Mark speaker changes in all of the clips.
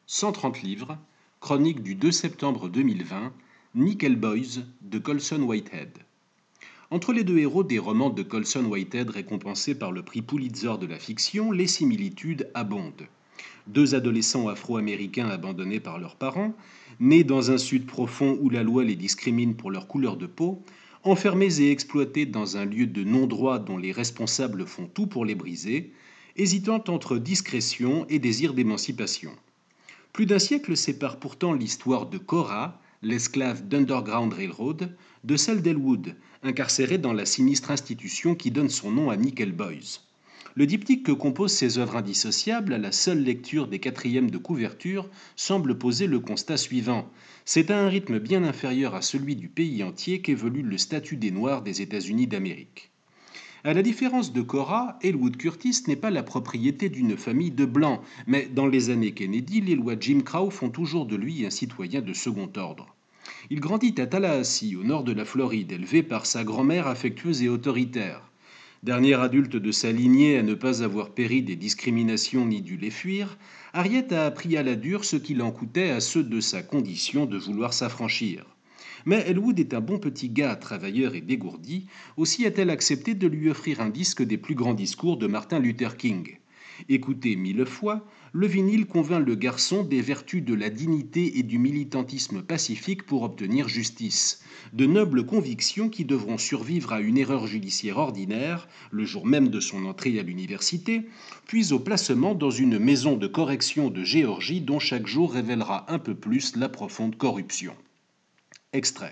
Speaker 1: 130 livres, chronique du 2 septembre 2020, Nickel Boys de Colson Whitehead. Entre les deux héros des romans de Colson Whitehead récompensés par le prix Pulitzer de la fiction, les similitudes abondent. Deux adolescents afro-américains abandonnés par leurs parents, nés dans un sud profond où la loi les discrimine pour leur couleur de peau, enfermés et exploités dans un lieu de non-droit dont les responsables font tout pour les briser, hésitant entre discrétion et désir d'émancipation. Plus d'un siècle sépare pourtant l'histoire de Cora, l'esclave d'Underground Railroad, de celle d'Elwood, incarcéré dans la sinistre institution qui donne son nom à Nickel Boys. Le diptyque que composent ces œuvres indissociables, à la seule lecture des quatrièmes de couverture, semble poser le constat suivant. C'est à un rythme bien inférieur à celui du pays entier qu'évolue le statut des Noirs des États-Unis d'Amérique. À la différence de Cora, Elwood Curtis n'est pas la propriété d'une famille de blancs, mais dans les années Kennedy, les lois Jim Crow font toujours de lui un citoyen de second ordre. Il grandit à Tallahassee, au nord de la Floride, élevé par sa grand-mère affectueuse et autoritaire. Dernier adulte de sa lignée à ne pas avoir péri des discriminations ni dû les fuir, Harriet a appris à la dure ce qu'il en coûtait à ceux de sa condition de vouloir s'affranchir. Mais Elwood est un bon petit gars, travailleur et dégourdi, aussi a-t-elle accepté de lui offrir un disque des plus grands discours de Martin Luther King. Écouté 1000 fois, le vinyle convainc le garçon des vertus de la dignité et du militantisme pacifique pour obtenir justice, de nobles convictions qui devront survivre à une erreur judiciaire ordinaire, le jour même de son entrée à l'université, puis au placement dans une maison de correction de Géorgie dont chaque jour révélera un peu plus la profonde corruption. Extrait.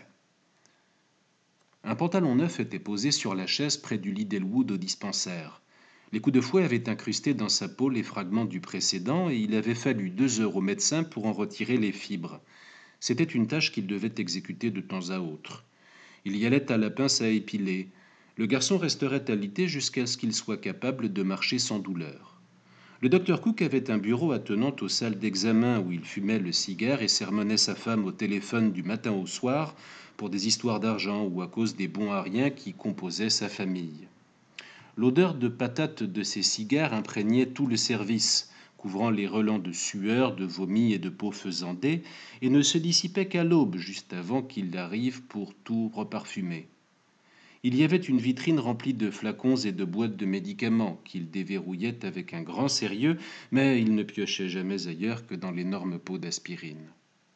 Speaker 1: Un pantalon neuf était posé sur la chaise près du lit d'Elwood au dispensaire. Les coups de fouet avaient incrusté dans sa peau les fragments du précédent et il avait fallu 2 heures au médecin pour en retirer les fibres. C'était une tâche qu'il devait exécuter de temps à autre. Il y allait à la pince à épiler. Le garçon resterait alité jusqu'à ce qu'il soit capable de marcher sans douleur. Le docteur Cook avait un bureau attenant aux salles d'examen où il fumait le cigare et sermonnait sa femme au téléphone du matin au soir pour des histoires d'argent ou à cause des bons à rien qui composaient sa famille. L'odeur de patates de ses cigares imprégnait tout le service, couvrant les relents de sueur, de vomi et de peau faisandée, et ne se dissipait qu'à l'aube, juste avant qu'il arrive pour tout reparfumer. Il y avait une vitrine remplie de flacons et de boîtes de médicaments qu'il déverrouillait avec un grand sérieux, mais il ne piochait jamais ailleurs que dans l'énorme pot d'aspirine.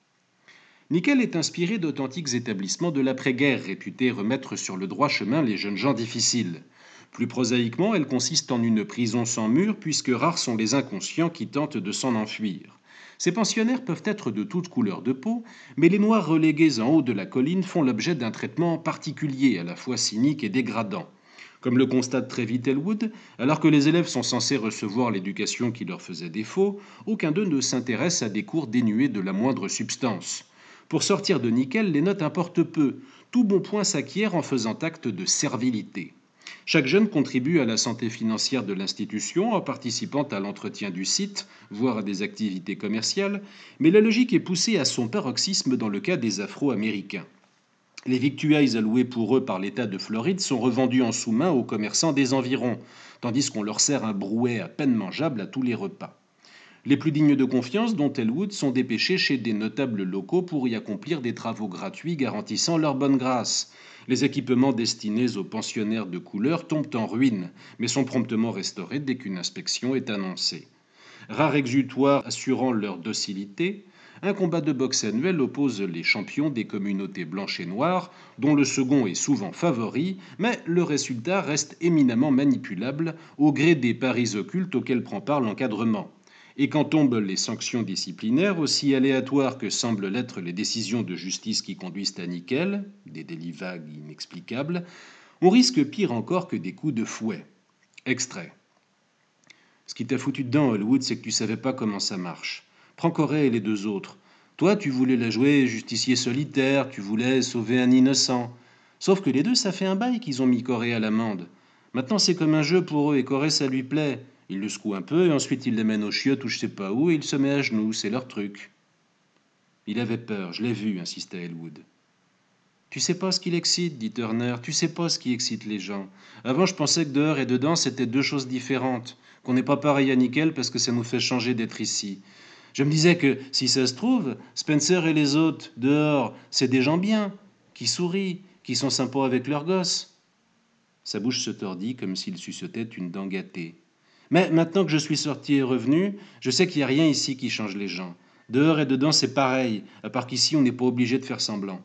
Speaker 1: Nickel est inspiré d'authentiques établissements de l'après-guerre réputés remettre sur le droit chemin les jeunes gens difficiles. Plus prosaïquement, elle consiste en une prison sans mur, puisque rares sont les inconscients qui tentent de s'en enfuir. Ces pensionnaires peuvent être de toutes couleurs de peau, mais les Noirs relégués en haut de la colline font l'objet d'un traitement particulier, à la fois cynique et dégradant. Comme le constate très vite Elwood, alors que les élèves sont censés recevoir l'éducation qui leur faisait défaut, aucun d'eux ne s'intéresse à des cours dénués de la moindre substance. Pour sortir de Nickel, les notes importent peu. Tout bon point s'acquiert en faisant acte de servilité. Chaque jeune contribue à la santé financière de l'institution en participant à l'entretien du site, voire à des activités commerciales, mais la logique est poussée à son paroxysme dans le cas des Afro-Américains. Les victuailles allouées pour eux par l'État de Floride sont revendues en sous-main aux commerçants des environs, tandis qu'on leur sert un brouet à peine mangeable à tous les repas. Les plus dignes de confiance, dont Elwood, sont dépêchés chez des notables locaux pour y accomplir des travaux gratuits garantissant leur bonne grâce. Les équipements destinés aux pensionnaires de couleur tombent en ruine, mais sont promptement restaurés dès qu'une inspection est annoncée. Rare exutoire assurant leur docilité, un combat de boxe annuel oppose les champions des communautés blanches et noires, dont le second est souvent favori, mais le résultat reste éminemment manipulable au gré des paris occultes auxquels prend part l'encadrement. Et quand tombent les sanctions disciplinaires, aussi aléatoires que semblent l'être les décisions de justice qui conduisent à Nickel, des délits vagues inexplicables, on risque pire encore que des coups de fouet. Extrait. Ce qui t'a foutu dedans, Hollywood, c'est que tu savais pas comment ça marche. Prends Corée et les deux autres. Toi, tu voulais la jouer justicier solitaire, tu voulais sauver un innocent. Sauf que les deux, ça fait un bail qu'ils ont mis Corée à l'amende. Maintenant, c'est comme un jeu pour eux, et Corée, ça lui plaît. Il le secoue un peu, et ensuite il les mène aux chiottes ou je sais pas où, et il se met à genoux, c'est leur truc. Il avait peur, je l'ai vu, insista Elwood. Tu sais pas ce qui l'excite, dit Turner, tu sais pas ce qui excite les gens. Avant, je pensais que dehors et dedans, c'était deux choses différentes, qu'on n'est pas pareil à Nickel parce que ça nous fait changer d'être ici. Je me disais que, si ça se trouve, Spencer et les autres, dehors, c'est des gens bien, qui sourient, qui sont sympas avec leurs gosses. Sa bouche se tordit comme s'il suçotait une dent gâtée. Mais maintenant que je suis sorti et revenu, je sais qu'il n'y a rien ici qui change les gens. Dehors et dedans, c'est pareil, à part qu'ici, on n'est pas obligé de faire semblant.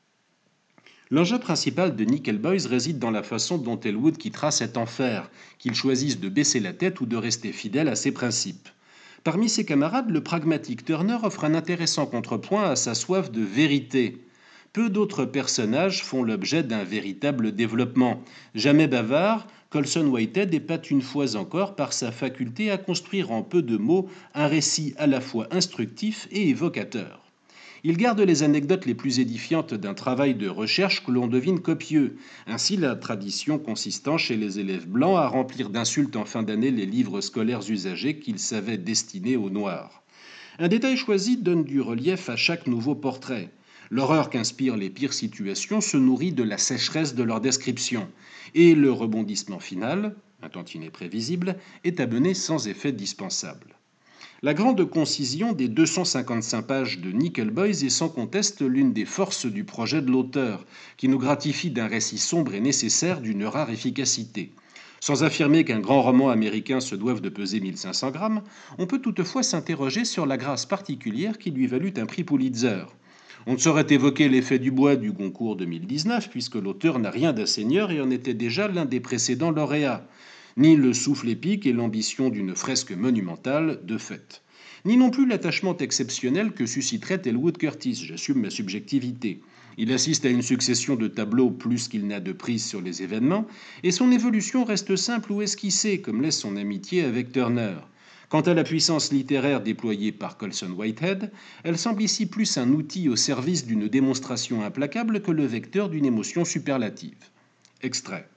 Speaker 1: L'enjeu principal de Nickel Boys réside dans la façon dont Elwood quittera cet enfer, qu'il choisisse de baisser la tête ou de rester fidèle à ses principes. Parmi ses camarades, le pragmatique Turner offre un intéressant contrepoint à sa soif de vérité. Peu d'autres personnages font l'objet d'un véritable développement. Jamais bavard, Colson Whitehead épate une fois encore par sa faculté à construire en peu de mots un récit à la fois instructif et évocateur. Il garde les anecdotes les plus édifiantes d'un travail de recherche que l'on devine copieux, ainsi la tradition consistant chez les élèves blancs à remplir d'insultes en fin d'année les livres scolaires usagés qu'ils savaient destinés aux Noirs. Un détail choisi donne du relief à chaque nouveau portrait. L'horreur qu'inspirent les pires situations se nourrit de la sécheresse de leur description, et le rebondissement final, un tantinet prévisible, est amené sans effet dispensable. La grande concision des 255 pages de Nickel Boys est sans conteste l'une des forces du projet de l'auteur, qui nous gratifie d'un récit sombre et nécessaire d'une rare efficacité. Sans affirmer qu'un grand roman américain se doive de peser 1500 grammes, on peut toutefois s'interroger sur la grâce particulière qui lui valut un prix Pulitzer. On ne saurait évoquer l'effet du bois du Goncourt 2019 puisque l'auteur n'a rien d'asseigneur et en était déjà l'un des précédents lauréats, ni le souffle épique et l'ambition d'une fresque monumentale de fait, ni non plus l'attachement exceptionnel que susciterait Elwood Curtis, j'assume ma subjectivité. Il assiste à une succession de tableaux plus qu'il n'a de prise sur les événements, et son évolution reste simple ou esquissée, comme l'est son amitié avec Turner. Quant à la puissance littéraire déployée par Colson Whitehead, elle semble ici plus un outil au service d'une démonstration implacable que le vecteur d'une émotion superlative. Extrait.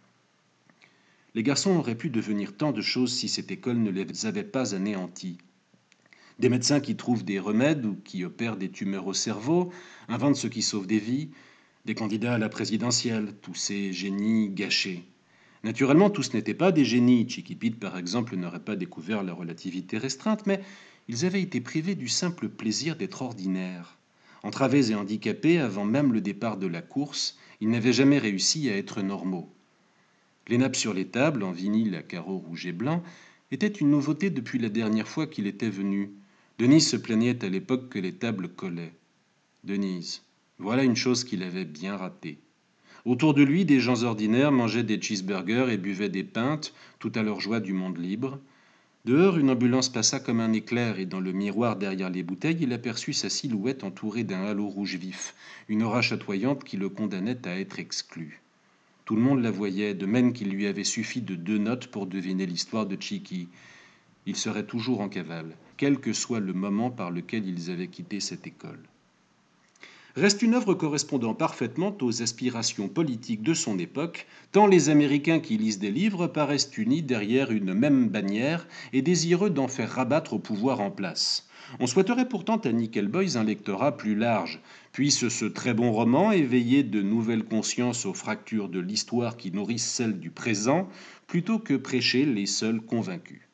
Speaker 1: Les garçons auraient pu devenir tant de choses si cette école ne les avait pas anéantis. Des médecins qui trouvent des remèdes ou qui opèrent des tumeurs au cerveau, inventent ce qui sauve des vies, des candidats à la présidentielle, tous ces génies gâchés. Naturellement, tous n'étaient pas des génies. Chiquipete, par exemple, n'aurait pas découvert la relativité restreinte, mais ils avaient été privés du simple plaisir d'être ordinaires. Entravés et handicapés avant même le départ de la course, ils n'avaient jamais réussi à être normaux. Les nappes sur les tables, en vinyle à carreaux rouges et blancs, étaient une nouveauté depuis la dernière fois qu'il était venu. Denise se plaignait à l'époque que les tables collaient. Denise, voilà une chose qu'il avait bien ratée. Autour de lui, des gens ordinaires mangeaient des cheeseburgers et buvaient des pintes, tout à leur joie du monde libre. Dehors, une ambulance passa comme un éclair, et dans le miroir derrière les bouteilles, il aperçut sa silhouette entourée d'un halo rouge vif, une aura chatoyante qui le condamnait à être exclu. Tout le monde la voyait, de même qu'il lui avait suffi de 2 notes pour deviner l'histoire de Chicky. Il serait toujours en cavale, quel que soit le moment par lequel ils avaient quitté cette école. Reste une œuvre correspondant parfaitement aux aspirations politiques de son époque, tant les Américains qui lisent des livres paraissent unis derrière une même bannière et désireux d'en faire rabattre au pouvoir en place. On souhaiterait pourtant à Nickel Boys un lectorat plus large. Puisse ce très bon roman éveiller de nouvelles consciences aux fractures de l'histoire qui nourrissent celles du présent, plutôt que prêcher les seuls convaincus.